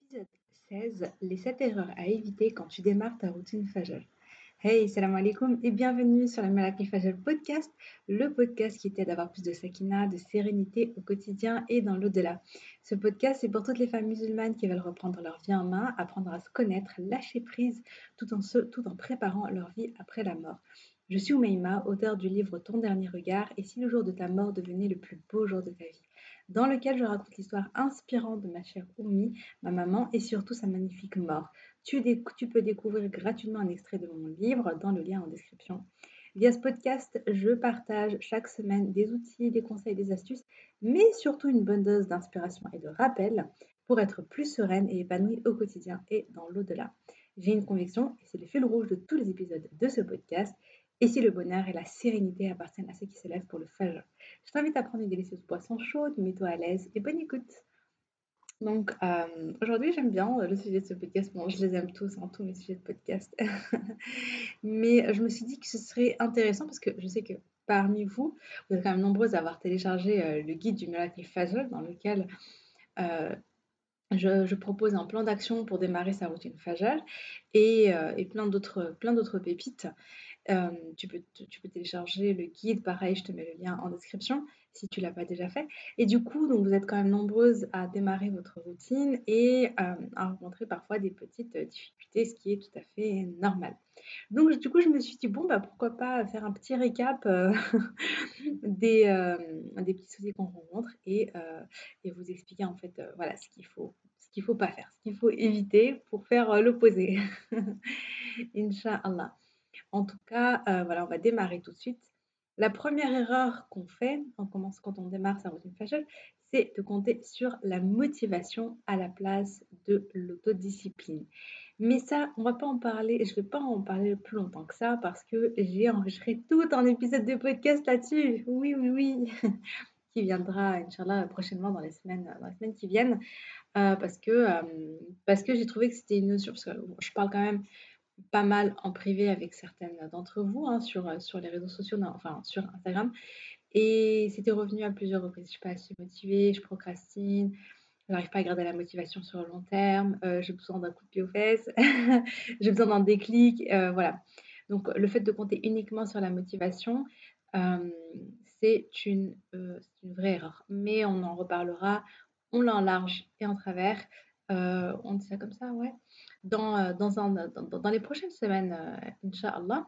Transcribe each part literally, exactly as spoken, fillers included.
Épisode seize, les sept erreurs à éviter quand tu démarres ta routine Fajr. Hey, salam alaikum et bienvenue sur le Malaki Fajr podcast, le podcast qui t'aide à avoir plus de sakina, de sérénité au quotidien et dans l'au-delà. Ce podcast, c'est pour toutes les femmes musulmanes qui veulent reprendre leur vie en main, apprendre à se connaître, lâcher prise, tout en, se, tout en préparant leur vie après la mort. Je suis Oumaima, auteure du livre Ton dernier regard et si le jour de ta mort devenait le plus beau jour de ta vie, dans lequel je raconte l'histoire inspirante de ma chère Oumi, ma maman et surtout sa magnifique mort. Tu, dé- tu peux découvrir gratuitement un extrait de mon livre dans le lien en description. Via ce podcast, je partage chaque semaine des outils, des conseils, des astuces, mais surtout une bonne dose d'inspiration et de rappel pour être plus sereine et épanouie au quotidien et dans l'au-delà. J'ai une conviction, et c'est le fil rouge de tous les épisodes de ce podcast, et si le bonheur et la sérénité appartiennent à ceux qui se lèvent pour le Fajr. Je t'invite à prendre une délicieuse boisson chaude, mets-toi à l'aise et bonne écoute. Donc, euh, aujourd'hui, j'aime bien euh, le sujet de ce podcast. Bon, je les aime tous, hein, tous mes sujets de podcast. Mais euh, je me suis dit que ce serait intéressant parce que je sais que parmi vous, vous êtes quand même nombreuses à avoir téléchargé euh, le guide du Miracle Fajr dans lequel euh, je, je propose un plan d'action pour démarrer sa routine Fajr et, euh, et plein d'autres plein d'autres pépites. Euh, tu, peux, tu peux télécharger le guide, pareil, je te mets le lien en description si tu ne l'as pas déjà fait. Et du coup, donc, vous êtes quand même nombreuses à démarrer votre routine et euh, à rencontrer parfois des petites difficultés, ce qui est tout à fait normal. Donc, du coup, je me suis dit, bon, bah, pourquoi pas faire un petit récap euh, des, euh, des petits soucis qu'on rencontre et, euh, et vous expliquer en fait euh, voilà, ce qu'il faut, ce qu'il faut pas faire, ce qu'il faut éviter pour faire euh, l'opposé. Inch'Allah. En tout cas, euh, voilà, on va démarrer tout de suite. La première erreur qu'on fait on commence, quand on démarre sa routine fashion, c'est de compter sur la motivation à la place de l'autodiscipline. Mais ça, on ne va pas en parler, je ne vais pas en parler plus longtemps que ça parce que j'ai enregistré tout un épisode de podcast là-dessus. Oui, oui, oui, qui viendra, Inch'Allah, prochainement dans les semaines, dans les semaines qui viennent. Euh, parce que, euh, parce que j'ai trouvé que c'était une notion, parce que bon, je parle quand même pas mal en privé avec certaines d'entre vous hein, sur, euh, sur les réseaux sociaux, non, enfin sur Instagram. Et c'était revenu à plusieurs reprises. Je suis pas assez motivée, je procrastine, je n'arrive pas à garder la motivation sur le long terme, euh, j'ai besoin d'un coup de pied aux fesses, j'ai besoin d'un déclic, euh, voilà. Donc le fait de compter uniquement sur la motivation, euh, c'est une, euh, c'est une vraie erreur. Mais on en reparlera, on l'enlarge et en travers. Euh, on dit ça comme ça, ouais. Dans, euh, dans, un, dans, dans les prochaines semaines, euh, Inch'Allah.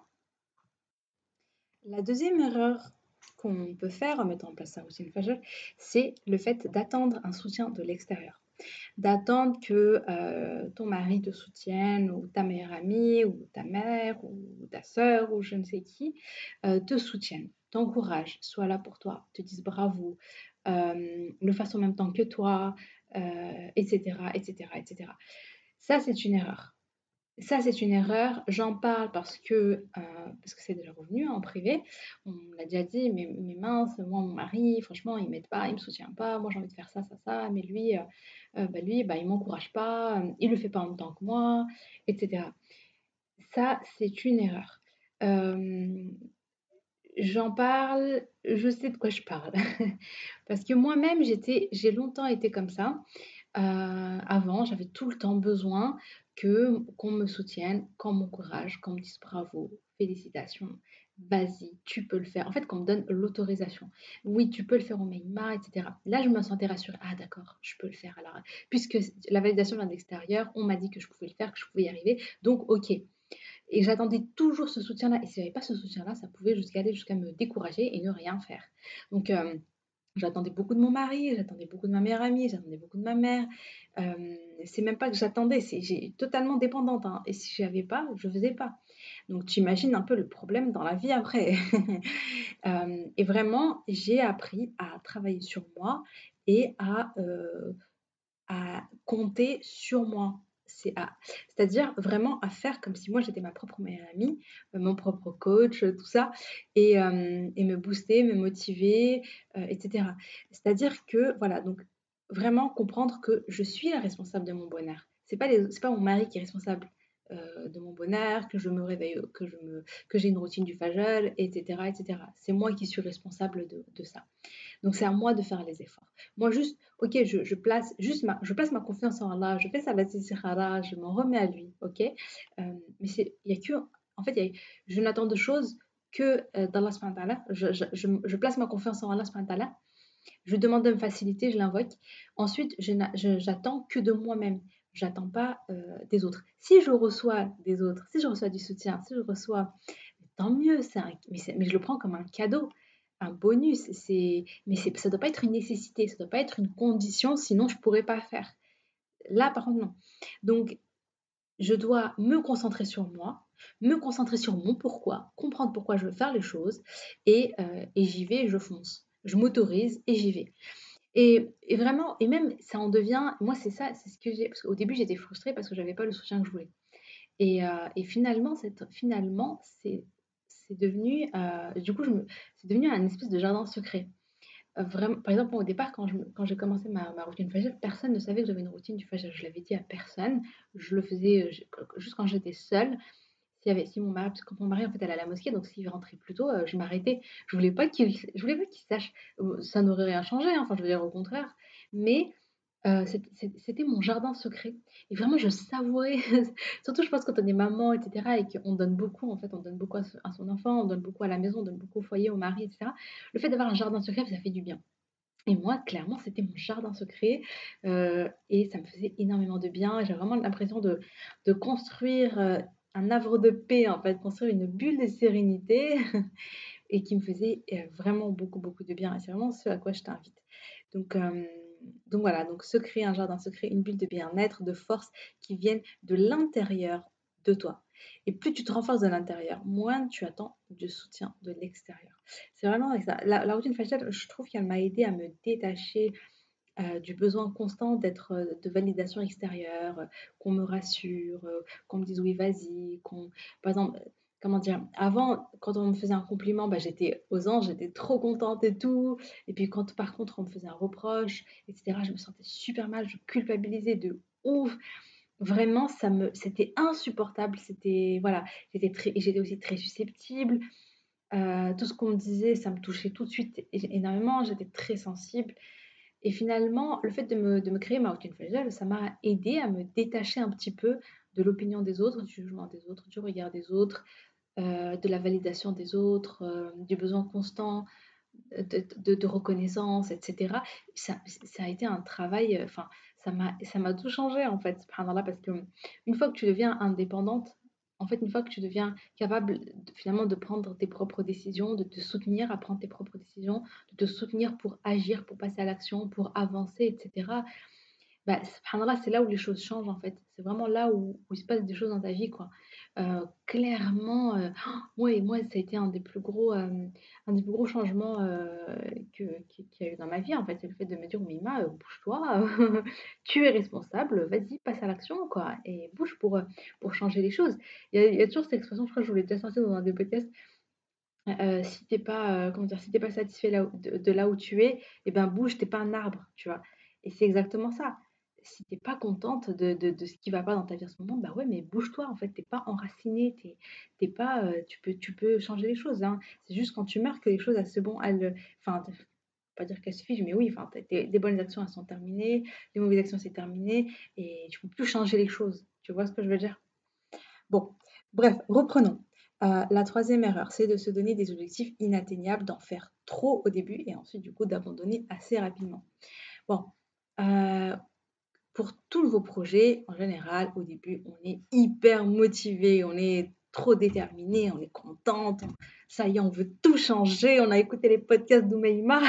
La deuxième erreur qu'on peut faire en mettant en place sa routine Fajr, c'est le fait d'attendre un soutien de l'extérieur. D'attendre que euh, ton mari te soutienne, ou ta meilleure amie, ou ta mère, ou ta sœur, ou je ne sais qui, euh, te soutienne, t'encourage, soit là pour toi, te dise bravo, euh, le fasse en même temps que toi, euh, et cetera, et cetera, et cetera. Ça, c'est une erreur. Ça, c'est une erreur. J'en parle parce que euh, parce que c'est déjà revenu hein, en privé. On l'a déjà dit, mais, mais mince, moi, mon mari, franchement, il m'aide pas, il me soutient pas. Moi, j'ai envie de faire ça, ça, ça. Mais lui, euh, euh, bah, lui, bah, il m'encourage pas. euh, Il le fait pas en même temps que moi, et cetera. Ça, c'est une erreur. Euh, J'en parle, je sais de quoi je parle. Parce que moi-même, j'étais, j'ai longtemps été comme ça. Euh, avant, j'avais tout le temps besoin que qu'on me soutienne, qu'on m'encourage, qu'on me dise bravo, félicitations, vas-y, tu peux le faire. En fait, qu'on me donne l'autorisation. Oui, tu peux le faire au Meïma, et cetera. Là, je me sentais rassurée. Ah, d'accord, je peux le faire. Alors, puisque la validation vient de l'extérieur, on m'a dit que je pouvais le faire, que je pouvais y arriver. Donc, ok. Et j'attendais toujours ce soutien-là. Et si j'avais pas ce soutien-là, ça pouvait jusqu'à aller jusqu'à me décourager et ne rien faire. Donc, euh, j'attendais beaucoup de mon mari, j'attendais beaucoup de ma meilleure amie, j'attendais beaucoup de ma mère. Euh, c'est même pas que j'attendais, c'est j'ai totalement dépendante. Hein. Et si j'avais pas, je faisais pas. Donc tu imagines un peu le problème dans la vie après. Euh, et vraiment, j'ai appris à travailler sur moi et à, euh, à compter sur moi. C'est à, c'est-à-dire vraiment à faire comme si moi j'étais ma propre meilleure amie, euh, mon propre coach, euh, tout ça, et, euh, et me booster, me motiver, euh, et cetera. C'est-à-dire que voilà, donc vraiment comprendre que je suis la responsable de mon bonheur. C'est pas les, c'est pas mon mari qui est responsable euh, de mon bonheur, que je me réveille, que je me, que j'ai une routine du fajol, et cetera, et cetera. C'est moi qui suis responsable de, de ça. Donc c'est à moi de faire les efforts. Moi juste, OK, je je place juste ma je place ma confiance en Allah, je fais salat istikhara, je m'en remets à lui, OK? Hem, mais c'est il y a que en fait, il y a je n'attends de choses que, heu, d'Allah subhanahu wa ta'ala. Je je je je place ma confiance en Allah subhanahu wa ta'ala. Je lui demande de me faciliter, je l'invoque. Ensuite, je n'a je j'attends que de moi-même. J'attends pas, heu, des autres. Si je reçois des autres, si je reçois du soutien, si je reçois tant mieux, c'est un mais c'est mais je le prends comme un cadeau, un bonus. C'est mais c'est ça doit pas être une nécessité, ça doit pas être une condition, sinon je pourrais pas faire. Là, par contre, non. Donc je dois me concentrer sur moi, me concentrer sur mon pourquoi, comprendre pourquoi je veux faire les choses et heu et j'y vais, je fonce. Je m'autorise et j'y vais. Et et vraiment et même ça en devient moi c'est ça, c'est ce que j'ai parce qu'au début j'étais frustrée parce que j'avais pas le soutien que je voulais et heu et finalement cette finalement c'est c'est devenu, heu, du coup je me c'est devenu un espèce de jardin secret. Heu, vraiment par exemple, moi au départ quand je me quand j'ai commencé ma ma routine fajr, personne ne savait que j'avais une routine du fajr. Je l'avais dit à personne. Je le faisais, heu, je juste quand j'étais seule. S'il y avait si mon mari parce que mon mari en fait allait à la mosquée donc s'il rentrait plus tôt, heu, je m'arrêtais. Je voulais pas qu'il je voulais pas qu'il sache. Heu, ça n'aurait rien changé, hein, enfin je veux dire au contraire. Mais Heu, c'ét c'ét c'était mon jardin secret et vraiment je savourais surtout je pense quand on est maman et cetera et qu'on donne beaucoup en fait, on donne beaucoup à son à son enfant, on donne beaucoup à la maison, on donne beaucoup au foyer, au mari et cetera. Le fait d'avoir un jardin secret, ça fait du bien et moi clairement c'était mon jardin secret, heu et ça me faisait énormément de bien. J'avais vraiment l'impression de de construire, heu, un havre de paix en fait, construire une bulle de sérénité et qui me faisait, heu, vraiment beaucoup, beaucoup de bien et c'est vraiment ce à quoi je t'invite. Donc hem, donc voilà, donc se créer un jardin secret, une bulle de bien-être, de force qui viennent de l'intérieur de toi et plus tu te renforces de l'intérieur, moins tu attends de soutien de l'extérieur. C'est vraiment avec ça. La la routine faciale, je trouve qu'elle m'a aidée à me détacher, heu, du besoin constant d'être, heu, de validation extérieure, heu, qu'on me rassure, heu, qu'on me dise: «Oui, vas-y», qu'on par exemple, heu, comment dire? Avant, quand on me faisait un compliment, bah, j'étais aux anges, j'étais trop contente et tout et puis quand, par contre, on me faisait un reproche et cetera, je me sentais super mal, je culpabilisais de ouf. Vraiment, ça me c'était insupportable, c'était voilà, j'étais très et j'étais aussi très susceptible, heu, tout ce qu'on me disait, ça me touchait tout de suite é énormément, j'étais très sensible et finalement, le fait de me de me créer ma routine familiale, ça m'a aidée à me détacher un petit peu de l'opinion des autres, du jugement des autres, du regard des autres, heu, de la validation des autres, heu, du besoin constant, heu, de de de reconnaissance et cetera. Ça ça a été un travail, heu, enfin, ça m'a ça m'a tout changé en fait, subhanallah, parce qu'une fois que tu deviens indépendante, en fait, une fois que tu deviens capable de finalement de prendre tes propres décisions, de te soutenir à prendre tes propres décisions, de te soutenir pour agir, pour passer à l'action, pour avancer et cetera. Bah, subhanallah, c'est là où les choses changent, en fait. C'est vraiment là où où il se passe des choses dans ta vie, quoi. Heu, clairement, heu, ouais, moi, ça a été un des plus gros, hem, un des plus gros changements, heu, que qui qu'il y a eu dans ma vie, en fait. C'est le fait de me dire: «Houmima, heu, bouge-toi, tu es responsable, vas-y, passe à l'action, quoi et bouge pour, heu, pour changer les choses». Il y a il y a toujours cette expression, je crois que je vous l'ai déjà sortie dans un des podcasts, heu si tu es pas, heu, comment dire? Si tu es pas satisfait là où de de là où tu es et ben, bouge, tu es pas un arbre, tu vois? Et c'est exactement ça. Si tu es pas contente de de de ce qui va pas dans ta vie en ce moment, bah, ouais, mais bouge-toi, en fait, tu es pas enracinée, tu es tu es pas, heu, tu peux tu peux changer les choses, hein. C'est juste quand tu meurs que les choses, elles se bon, elles, enfin, t pas dire qu'elles se figent, mais oui, enfin, tu des des bonnes actions, elles sont terminées, les mauvaises actions, c'est terminé et tu peux plus changer les choses. Tu vois ce que je veux dire? Bon, bref, reprenons. Heu, la troisième erreur, c'est de se donner des objectifs inatteignables, d'en faire trop au début et ensuite du coup d'abandonner assez rapidement. Bon, heu, pour tout nouveau projet, en général, au début, on est hyper motivé, on est trop déterminé, on est contente, on ça y est, on veut tout changer, on a écouté les podcasts d'Oumaima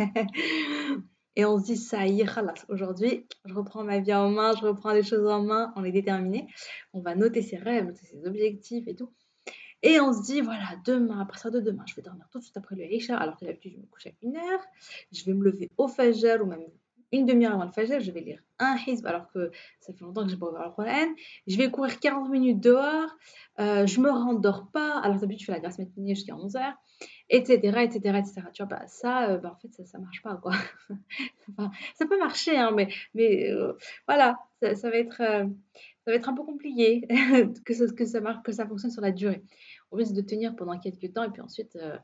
et on se dit: «Ça y est, khalas, aujourd'hui, je reprends ma vie en main, je reprends les choses en main», on est déterminé. On va noter ses rêves, noter ses objectifs et tout et on se dit: «Voilà, demain, à partir de demain, je vais dormir tout de suite après le Isha», alors que d'habitude, je me couche à une heure. Je vais me lever au Fajr ou même une demi heure avant le Fajr, je vais lire un hizb alors que ça fait longtemps que j'ai pas ouvert le Coran. Je vais courir quarante minutes dehors, heu, je me rendors pas, alors que d'habitude, je fais la grasse matinée jusqu'à onze heures et cetera et cetera et cetera. Tu vois? Bah, ça, heu, bah, en fait, ça ça marche pas, quoi. Enfin, ça peut marcher, hein, mais mais heu, voilà, ça ça va être, heu, ça va être un peu compliqué que ça que ça marche que ça fonctionne sur la durée. On risque de tenir pendant quelques temps et puis ensuite, heu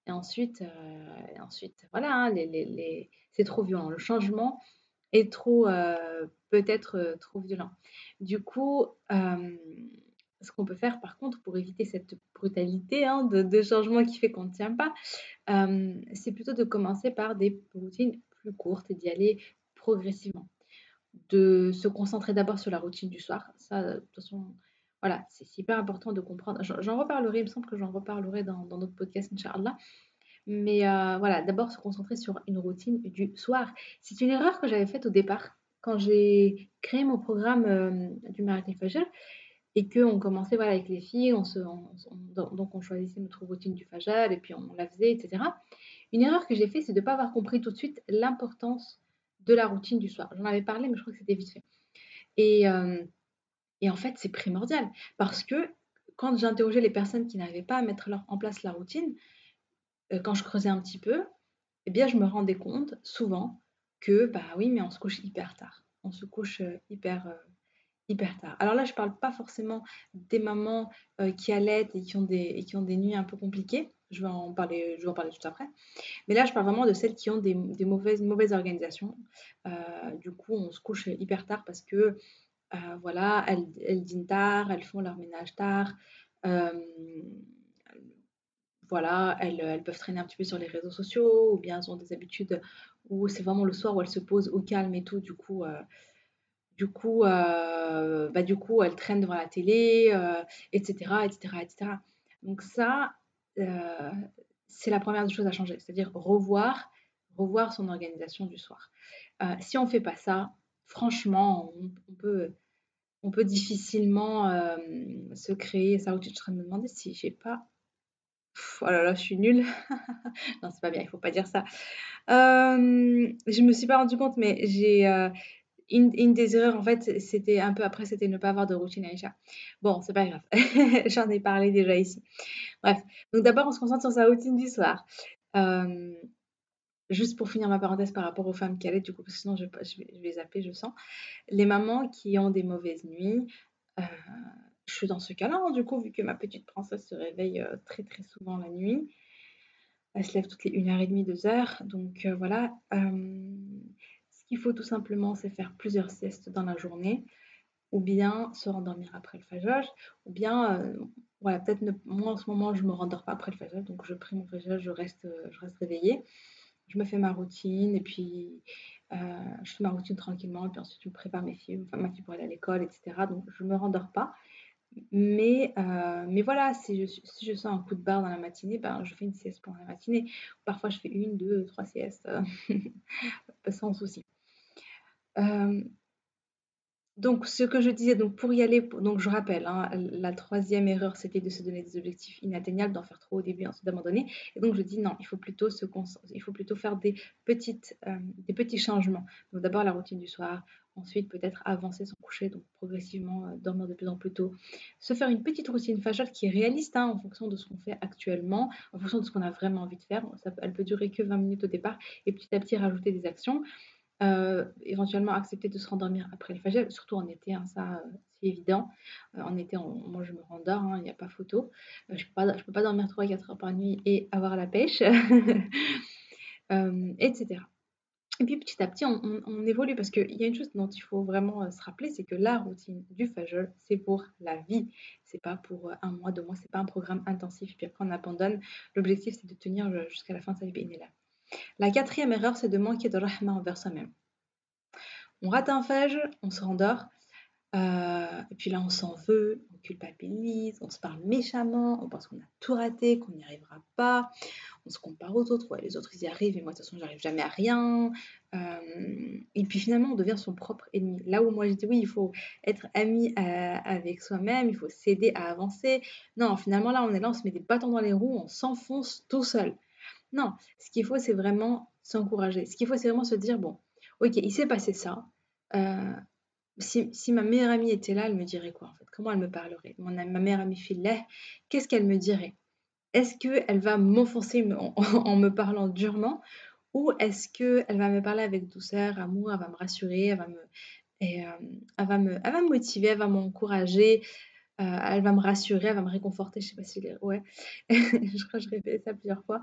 et ensuite, heu et ensuite voilà, hein, les les les c'est trop violent. Le changement est trop, heu, peut-être, heu, trop violent. Du coup, hem, ce qu'on peut faire par contre pour éviter cette brutalité, hein, de de changement qui fait qu'on ne tient pas, hem, c'est plutôt de commencer par des routines plus courtes et d'y aller progressivement. De se concentrer d'abord sur la routine du soir. Ça, heu, de toute façon, voilà, c'est c'est hyper important de comprendre. J'en j'en reparlerai, il me semble que j'en reparlerai dans dans d'autres podcasts, incha'Allah. Mais heu, voilà, d'abord se concentrer sur une routine du soir. C'est une erreur que j'avais faite au départ, quand j'ai créé mon programme, hem, du Miracle Fajr et qu'on commençait, voilà, avec les filles, on se on on don donc on choisissait notre routine du Fajr et puis on la faisait et cetera. Une erreur que j'ai fait, c'est de ne pas avoir compris tout de suite l'importance de la routine du soir. J'en avais parlé, mais je crois que c'était vite fait. Et, hem et en fait, c'est primordial parce que quand j'interrogeais les personnes qui n'arrivaient pas à mettre leur en place la routine, heu, quand je creusais un petit peu, eh bien, je me rendais compte souvent que, bah, oui, mais on se couche hyper tard. On se couche, heu, hyper, heu, hyper tard. Alors là, je parle pas forcément des mamans, heu, qui allaitent et qui ont des et qui ont des nuits un peu compliquées. Je vais en parler je vais en parler juste après. Mais là, je parle vraiment de celles qui ont des des mauvaises une mauvaise organisation. Heu, du coup, on se couche hyper tard parce que, Heu, voilà, elles elles dînent tard, elles font leur ménage tard, hem, voilà, elles, elles peuvent traîner un petit peu sur les réseaux sociaux ou bien elles ont des habitudes où c'est vraiment le soir où elles se posent au calme et tout, du coup, heu, du coup, heu, bah, du coup, elles traînent devant la télé, heu, et cetera, et cetera, et cetera. Donc ça, heu, c'est la première des choses à changer, c'est-à-dire revoir revoir son organisation du soir. Heu, si on fait pas ça, franchement, on on peut on peut difficilement, hem, se créer sa routine. Je suis en train de me demander si j'ai pas pff, oh là là, je suis nulle. Non, c'est pas bien, il faut pas dire ça. Hem, je me suis pas rendu compte, mais j'ai, heu, une une des erreurs, en fait, c'était un peu après, c'était ne pas avoir de routine Aïcha. Bon, c'est pas grave, j'en ai parlé déjà ici. Bref, donc d'abord, on se concentre sur sa routine du soir. Hem, juste pour finir ma parenthèse par rapport aux femmes qui allaitent, du coup, parce que sinon je vais pas je vais je vais zapper, je sens. Les mamans qui ont des mauvaises nuits, heu, je suis dans ce cas-là, hein, du coup, vu que ma petite princesse se réveille, heu, très, très souvent la nuit. Elle se lève toutes les une heure et demie, deux heures, donc heu, voilà. Hem, ce qu'il faut tout simplement, c'est faire plusieurs siestes dans la journée ou bien se rendormir après le fajr ou bien, heu, voilà, peut-être ne moi, en ce moment, je me rendors pas après le fajr, donc je prie mon fajr, je reste, heu, je reste réveillée. Je me fais ma routine et puis, heu, je fais ma routine tranquillement et puis ensuite je me prépare mes filles, enfin ma fille pour aller à l'école et cetera, donc je me rendors pas. Mais, heu, mais voilà, si je suis si je sens un coup de barre dans la matinée, ben, je fais une sieste pendant la matinée. Parfois je fais une, deux, trois siestes, heu, sans souci. Hem Donc ce que je disais, donc pour y aller, p donc je rappelle, hein, la troisième erreur, c'était de se donner des objectifs inatteignables, d'en faire trop au début, ensuite d'abandonner et donc je dis: «Non, il faut plutôt se concen il faut plutôt faire des petites, hem, des petits changements». Donc d'abord la routine du soir, ensuite peut-être avancer son coucher, donc progressivement, heu, dormir de plus en plus tôt. Se faire une petite routine fajr qui est réaliste, hein, en fonction de ce qu'on fait actuellement, en fonction de ce qu'on a vraiment envie de faire. Ça peut elle peut durer que vingt minutes au départ et petit à petit rajouter des actions. Heu, éventuellement accepter de se rendormir après le fajr, surtout en été, hein, ça, heu, c'est évident. Heu, en été, on moi je me rendors, hein, il y a pas photo. Heu, je peux pas je peux pas dormir trois quatre heures par nuit et avoir la pêche. Hem, et cetera. Et puis petit à petit, on on on évolue parce qu'il y a une chose dont il faut vraiment, heu, se rappeler, c'est que la routine du fajr, c'est pour la vie. C'est pas pour, heu, un mois, deux mois, c'est pas un programme intensif et puis après on abandonne. L'objectif, c'est de tenir, heu, jusqu'à la fin de sa vie, bi-idhnillah. La quatrième erreur, c'est de manquer de rahma envers soi-même. On rate un fajr, on se rendort, heu, et puis là on s'en veut, on culpabilise, on se parle méchamment, on pense qu'on a tout raté, qu'on n'y arrivera pas, on se compare aux autres, ouais les autres ils y arrivent et moi de toute façon j'arrive jamais à rien, hem, et puis finalement on devient son propre ennemi. Là où moi je dis: «Oui, il faut être ami, heu, avec soi-même, il faut s'aider à avancer». Non, finalement là on est là, on se met des bâtons dans les roues, on s'enfonce tout seul. Non, ce qu'il faut c'est vraiment s'encourager. Ce qu'il faut c'est vraiment se dire: «Bon, OK, il s'est passé ça, heu» Si si ma meilleure amie était là, elle me dirait quoi, en fait? Comment elle me parlerait? Mon am ma meilleure amie fillah, qu'est-ce qu'elle me dirait? Est-ce qu'elle va m'enfoncer me en en me parlant durement ou est-ce qu'elle va me parler avec douceur, amour, elle va me rassurer, elle va me et hem, elle va me elle va me motiver, elle va m'encourager, Heu, elle va me rassurer, elle va me réconforter, je sais pas si les ouais, je crois que je répétais ça plusieurs fois.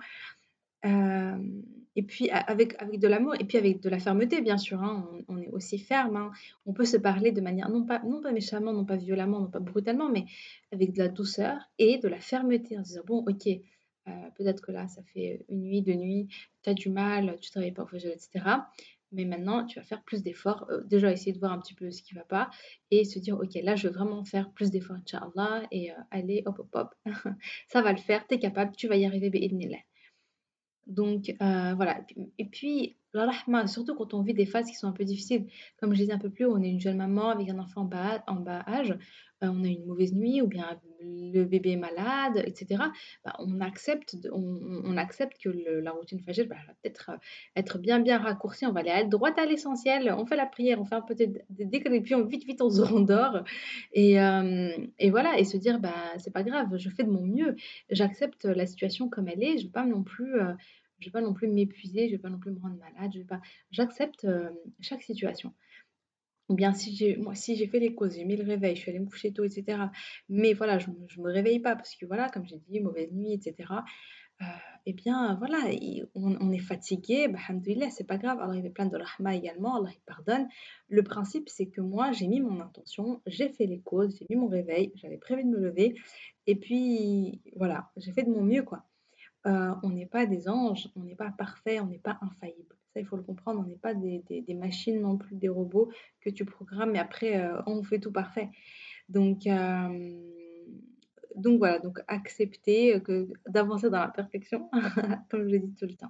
Hem et puis a avec avec de l'amour et puis avec de la fermeté bien sûr, hein, on on est aussi ferme, hein. On peut se parler de manière non pas non pas méchamment, non pas violemment, non pas brutalement, mais avec de la douceur et de la fermeté en se disant: «Bon OK, heu, peut-être que là ça fait une nuit, deux nuits, tu as du mal, tu travailles pas au fajol et cetera. Mais maintenant tu vas faire plus d'efforts». Heu, déjà essayer de voir un petit peu ce qui va pas et se dire: «OK, là je vais vraiment faire plus d'efforts inch'Allah et heu, allez hop, hop, hop, ça va le faire, tu es capable, tu vas y arriver bi-idhnillah». Donc heu, voilà et puis et puis la rahma, surtout quand on vit des phases qui sont un peu difficiles. Comme je disais un peu plus haut, on est une jeune maman avec un enfant en bas en bas âge, heu, on a une mauvaise nuit ou bien le bébé est malade et cetera. Bah, on accepte de on on on accepte que le la routine fajr, bah, elle va peut-être, heu, être bien, bien raccourcie. On va aller à droit à l'essentiel, on fait la prière, on fait un peu de de dhikr et puis on vite, vite on se rendort et hem et voilà et se dire: «Bah, c'est pas grave, je fais de mon mieux. J'accepte la situation comme elle est, je vais pas non plus, heu, je vais pas non plus m'épuiser, je vais pas non plus me rendre malade, je vais pas j'accepte, hem, chaque situation. Ou bien si j'ai moi, si j'ai fait les causes, j'ai mis le réveil, je suis allée me coucher tôt et cetera. Mais voilà, je me je me réveille pas parce que voilà, comme j'ai dit, mauvaise nuit et cetera. Heu et bien voilà et on on est fatigué, bah, alhamdoulilah, c'est pas grave. Allah il est plein de rahma également, Allah il pardonne. Le principe, c'est que moi, j'ai mis mon intention, j'ai fait les causes, j'ai mis mon réveil, j'avais prévu de me lever et puis voilà, j'ai fait de mon mieux, quoi. Heu, on n'est pas des anges, on n'est pas parfait, on n'est pas infaillible. Ça, il faut le comprendre, on n'est pas des des des machines non plus, des robots que tu programmes et après, heu, on fait tout parfait. Donc hem, donc voilà, donc accepter, que d'avancer dans la perfection, comme je dis tout le temps.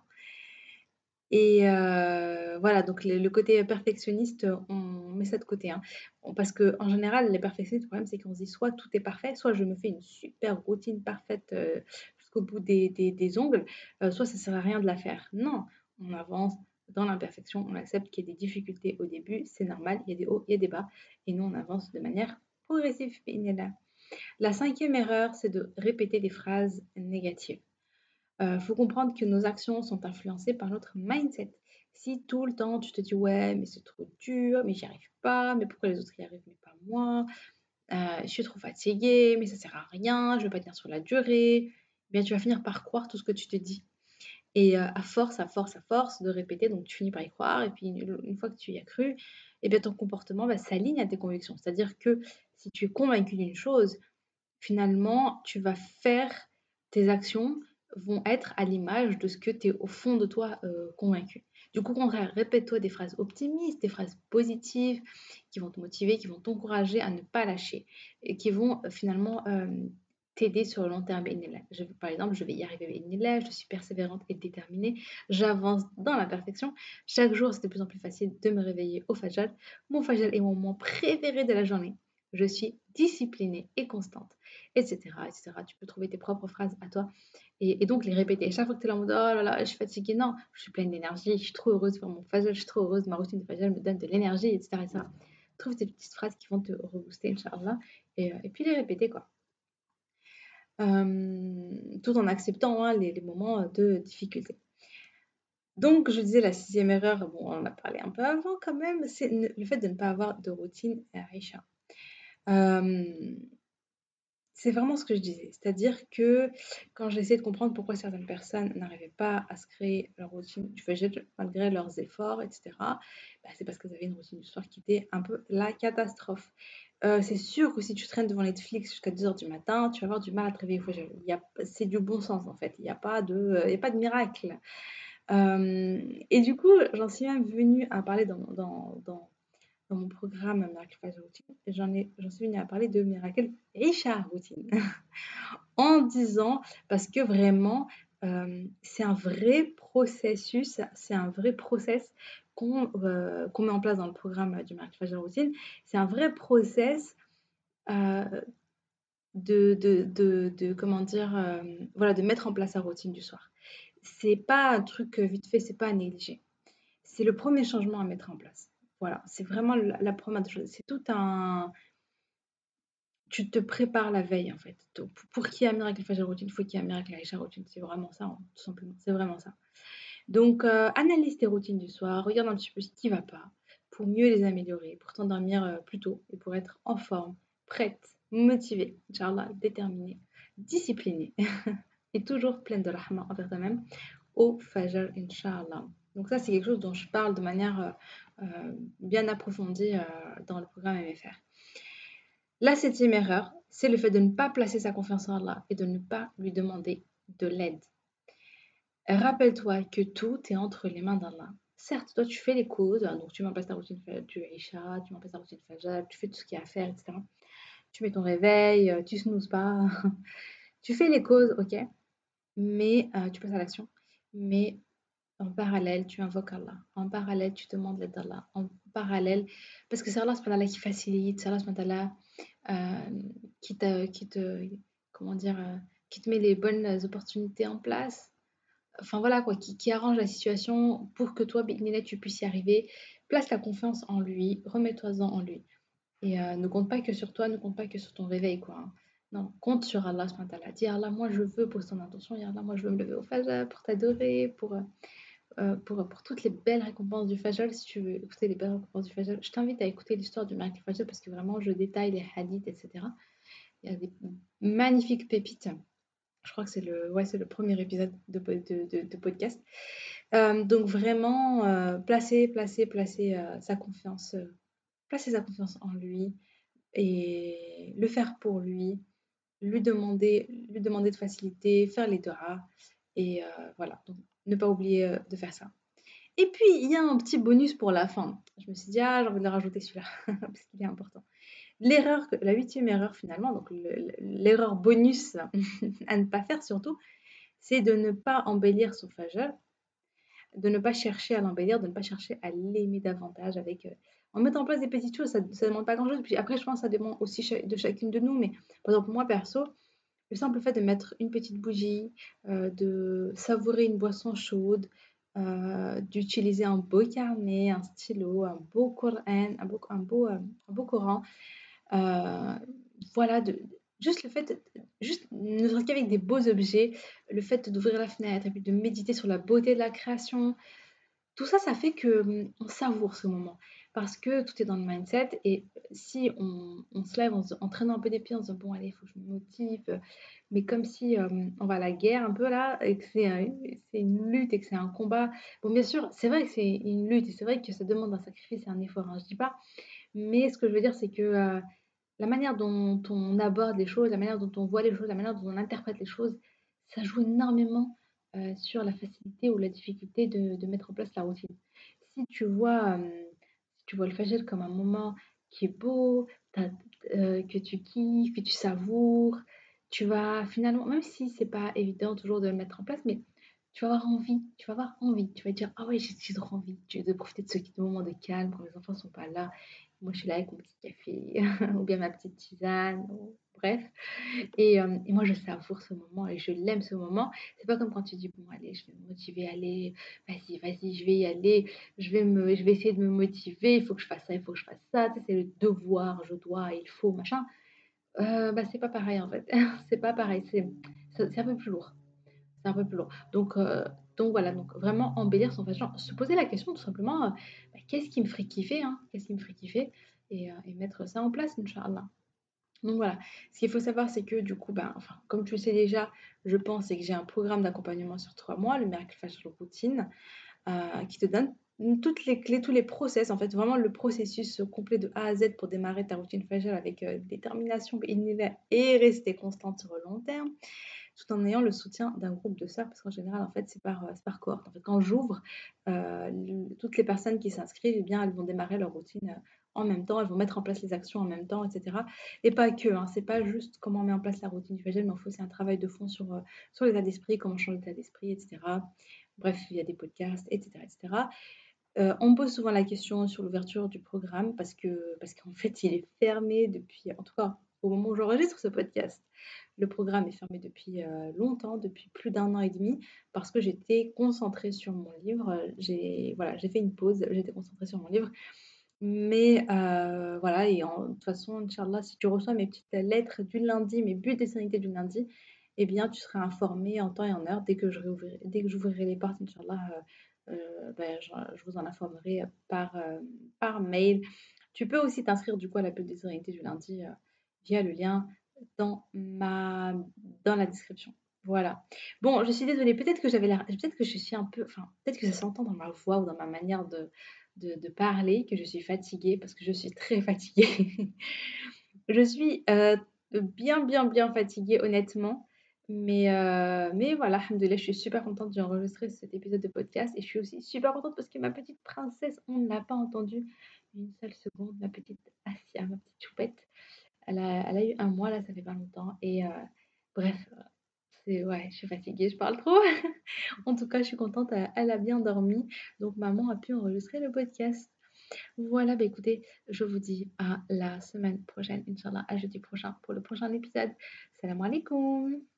Et heu, voilà, donc le le côté perfectionniste, on met ça de côté, hein. On parce qu'en général, les perfectionnistes, le problème, c'est qu'on se dit: «Soit tout est parfait, soit je me fais une super routine parfaite, heu, jusqu'au bout des des des ongles, heu, soit ça sert à rien de la faire». Non, on avance dans l'imperfection, on accepte qu'il y ait des difficultés au début, c'est normal, il y a des hauts, il y a des bas et nous, on avance de manière progressive, bi-idhnillah. La cinquième erreur, c'est de répéter des phrases négatives. Heu, faut comprendre que nos actions sont influencées par notre mindset. Si tout le temps tu te dis: «Ouais, mais c'est trop dur, mais j'y arrive pas, mais pourquoi les autres y arrivent mais pas moi? Heu, je suis trop fatiguée, mais ça sert à rien, je vais pas tenir sur la durée», eh bien tu vas finir par croire tout ce que tu te dis et heu, à force, à force, à force de répéter, donc tu finis par y croire et puis une une fois que tu y as cru et bien ton comportement va s'aligne à tes convictions. C'est-à-dire que si tu es convaincu d'une chose, finalement, tu vas faire tes actions vont être à l'image de ce que tu es au fond de toi, heu, convaincu. Du coup, au contraire, répète-toi des phrases optimistes, des phrases positives qui vont te motiver, qui vont t'encourager à ne pas lâcher et qui vont, heu, finalement, hem, t'aider sur le long terme, bi-idhnillah. Je par exemple, je vais y arriver, bi-idhnillah, je suis persévérante et déterminée, j'avance dans la perfection. Chaque jour, c'est de plus en plus facile de me réveiller au fajr. Mon fajr est mon moment préféré de la journée. Je suis disciplinée et constante et cetera et cetera. Tu peux trouver tes propres phrases à toi et et donc les répéter. Chaque fois que tu es là en mode: «Oh là là, je suis fatiguée», non, je suis pleine d'énergie, je suis trop heureuse de faire mon fajr, je suis trop heureuse, ma routine de fajr me donne de l'énergie et cetera et cetera. Trouve tes petites phrases qui vont te rebooster inch'Allah et heu et puis les répéter, quoi. Hem, tout en acceptant, hein, les les moments, de difficulté. Donc je disais la sixième erreur, bon, on en a parlé un peu avant quand même, c'est ne le fait de ne pas avoir de routine, heu, Aïcha. Hem C'est vraiment ce que je disais. C'est-à-dire que quand j'ai essayé de comprendre pourquoi certaines personnes n'arrivaient pas à se créer leur routine du fajr malgré leurs efforts et cetera, bah, c'est parce qu'elles avaient une routine du soir qui était un peu la catastrophe. Heu, c'est sûr que si tu traînes devant Netflix jusqu'à deux heures du matin, tu vas avoir du mal à te réveiller au fajr. Il y a c'est du bon sens en fait, il y a pas de, heu, il y a pas de miracle. Hem et du coup, j'en suis même venue à parler dans dans dans dans mon programme Miracle Fajr Routine, j'en ai j'en suis venue à parler de Miracle Isha Routine en disant parce que vraiment, hem, c'est un vrai processus, c'est un vrai process qu'on, heu, qu'on met en place dans le programme, du Miracle Fajr Routine. C'est un vrai process, heu, de de de de comment dire? Hem, voilà, de mettre en place sa routine du soir. C'est pas un truc, heu, vite fait, c'est pas à négliger. C'est le premier changement à mettre en place. Voilà, c'est vraiment la la première des choses. C'est tout un tu te prépares la veille, en fait. Donc pour pour qu'il y ait un miracle Fajr Routine, il faut qu'il y ait un miracle Aïcha Routine. C'est vraiment ça, hein, tout simplement. C'est vraiment ça. Donc heu, analyse tes routines du soir, regarde un petit peu ce qui va pas, pour mieux les améliorer, pour t'endormir, heu, plus tôt et pour être en forme, prête, motivée, Inch'Allah, déterminée, disciplinée et toujours pleine de rahma envers toi-même au Fajr, Inch'Allah. Donc ça, c'est quelque chose dont je parle de manière euh, euh, bien approfondie euh, dans le programme M F R. La septième erreur, c'est le fait de ne pas placer sa confiance en Allah et de ne pas lui demander de l'aide. Rappelle-toi que tout est entre les mains d'Allah. Certes, toi, tu fais les causes, hein, donc tu mets en place ta routine du Isha, tu mets en place ta routine Fajr, tu fais tout ce qu'il y a à faire, et cetera. Tu mets ton réveil, euh, tu snoozes pas, tu fais les causes, ok, mais euh, tu passes à l'action. Mais en parallèle, tu invoques Allah. En parallèle, tu demandes l'aide d'Allah. En parallèle, parce que c'est Allah subhanahu wa ta'ala qui facilite, c'est Allah subhanahu wa ta'ala euh, qui, te, qui te, comment dire, euh, qui te met les bonnes opportunités en place. Enfin voilà quoi, qui, qui arrange la situation pour que toi, Bidnillah, tu puisses y arriver. Place ta confiance en lui, remets-toi-en en lui. Et euh, ne compte pas que sur toi, ne compte pas que sur ton réveil, quoi, hein. Non, compte sur Allah subhanahu wa ta'ala. Dis Allah, moi je veux, pose ton intention, Ya Allah, moi je veux me lever au Fajr pour t'adorer, pour, euh, euh, pour, pour toutes les belles récompenses du Fajr, si tu veux écouter les belles récompenses du Fajr. Je t'invite à écouter l'histoire du miracle Fajr parce que vraiment je détaille les hadiths, et cetera. Il y a des magnifiques pépites. Je crois que c'est le, ouais, c'est le premier épisode de, de, de, de podcast. Euh, donc vraiment, euh, placer, placer, placer euh, sa confiance, euh, placer sa confiance en lui et le faire pour lui, lui demander, lui demander de faciliter, faire les doigts et euh, voilà. Donc ne pas oublier euh, de faire ça. Et puis il y a un petit bonus pour la fin. Je me suis dit ah j'ai envie de le rajouter celui-là parce qu'il est important. L'erreur, que- la huitième erreur finalement, donc le- l'erreur bonus à ne pas faire surtout, c'est de ne pas embellir son fajr, de ne pas chercher à l'embellir, de ne pas chercher à l'aimer davantage avec, euh, en mettant en place des petites choses, ça ne demande pas grand-chose. Puis après, je pense que ça dépend aussi cha- de chacune de nous. Mais par exemple, moi, perso, le simple fait de mettre une petite bougie, euh, de savourer une boisson chaude, euh, d'utiliser un beau carnet, un stylo, un beau Coran, un beau, un beau, euh, un beau Coran, euh, voilà, de, juste le fait, de- juste ne serait-ce qu'avec des beaux objets, le fait d'ouvrir la fenêtre et puis de méditer sur la beauté de la création, tout ça, ça fait que hum, on savoure ce moment parce que tout est dans le mindset et si on, on se lève en, se- en traînant un peu des pieds en se disant bon allez, il faut que je me motive, euh, mais comme si euh, on va à la guerre un peu là et que c'est un- c'est une lutte et que c'est un combat. Bon, bien sûr, c'est vrai que c'est une lutte et c'est vrai que ça demande un sacrifice et un effort, hein, je dis pas. Mais ce que je veux dire, c'est que euh, la manière dont on aborde les choses, la manière dont on voit les choses, la manière dont on interprète les choses, ça joue énormément euh, sur la facilité ou la difficulté de, de mettre en place la routine. Si tu vois, euh, si tu vois le fajr comme un moment qui est beau, t'as- euh, que tu kiffes, que tu savoures, tu vas finalement, même si c'est pas évident toujours de le mettre en place, mais tu vas avoir envie, tu vas avoir envie, tu vas te dire, ah ouais, j'ai j'ai trop envie, tu veux profiter de ce petit moment de calme quand les enfants sont pas là. Moi, je suis là avec mon petit café ou bien ma petite tisane, ou- bref. Et, euh, et moi, je savoure ce moment et je l'aime ce moment. C'est pas comme quand tu dis, bon, allez, je vais me motiver, allez, vas-y, vas-y, je vais y aller, je vais, me, je vais essayer de me motiver, il faut que je fasse ça, il faut que je fasse ça, tu sais, c'est le devoir, je dois, il faut, machin. Euh, bah, c'est pas pareil en fait. C'est pas pareil, c'est c'est- c'est un peu plus lourd. C'est un peu plus lourd. Donc, euh, donc voilà, donc vraiment embellir son fashion, se poser la question tout simplement, euh, bah, qu'est-ce qui me ferait kiffer, hein? Qu'est-ce qui me ferait kiffer et, euh, et mettre ça en place, Inch'Allah. Donc voilà, ce qu'il faut savoir, c'est que du coup, ben, enfin, comme tu le sais déjà, je pense, c'est que j'ai un programme d'accompagnement sur trois mois, le Miracle Fashion Routine, euh, qui te donne toutes les clés, tous les process, en fait, vraiment le processus complet de A à Z pour démarrer ta routine faciale avec euh, détermination et rester constante sur le long terme tout en ayant le soutien d'un groupe de sœurs, parce qu'en général, en fait, c'est par, euh, c'est par cohorte. En fait, quand j'ouvre, euh, le- toutes les personnes qui s'inscrivent, eh bien, elles vont démarrer leur routine euh, en même temps, elles vont mettre en place les actions en même temps, et cetera. Et pas que, hein, c'est pas juste comment on met en place la routine du Fajr, mais il faut aussi un travail de fond sur, euh, sur l'état d'esprit, comment changer l'état d'esprit, et cetera. Bref, il y a des podcasts, et cetera, et cetera. Euh, on me pose souvent la question sur l'ouverture du programme parce que parce qu'en fait, il est fermé depuis, en tout cas, au moment où j'enregistre ce podcast. Le programme est fermé depuis euh, longtemps, depuis plus d'un an et demi, parce que j'étais concentrée sur mon livre. J'ai voilà, j'ai fait une pause, j'étais concentrée sur mon livre. Mais euh, voilà, et en, de toute façon, Inch'Allah, si tu reçois mes petites lettres du lundi, mes buts de sérénité du lundi, eh bien, tu seras informé en temps et en heure dès que je réouvrirai, dès que j'ouvrirai les portes, Inch'Allah, euh, euh, ben, je, je vous en informerai par, euh, par mail. Tu peux aussi t'inscrire du coup à la bulle de sérénité du lundi. euh, via le lien dans ma dans la description. Voilà. Bon, je suis désolée, peut-être que j'avais l'air peut-être que je suis un peu enfin, peut-être que ça s'entend dans ma voix ou dans ma manière de de de parler que je suis fatiguée parce que je suis très fatiguée. Je suis, heu, bien, bien, bien fatiguée honnêtement, mais heu, mais voilà, alhamdoulilah, je suis super contente, j'ai enregistré cet épisode de podcast et je suis aussi super contente parce que ma petite princesse, on ne l'a pas entendue une seule seconde, ma petite Asia, ma petite choupette. Elle a elle a eu un mois là, ça fait pas longtemps et heu, bref, heu, c'est ouais, je suis fatiguée, je parle trop. En tout cas, je suis contente, elle elle a bien dormi, donc maman a pu enregistrer le podcast. Voilà, bah, écoutez, je vous dis à la semaine prochaine, Inch'Allah, à jeudi prochain pour le prochain épisode. Salam alaikum.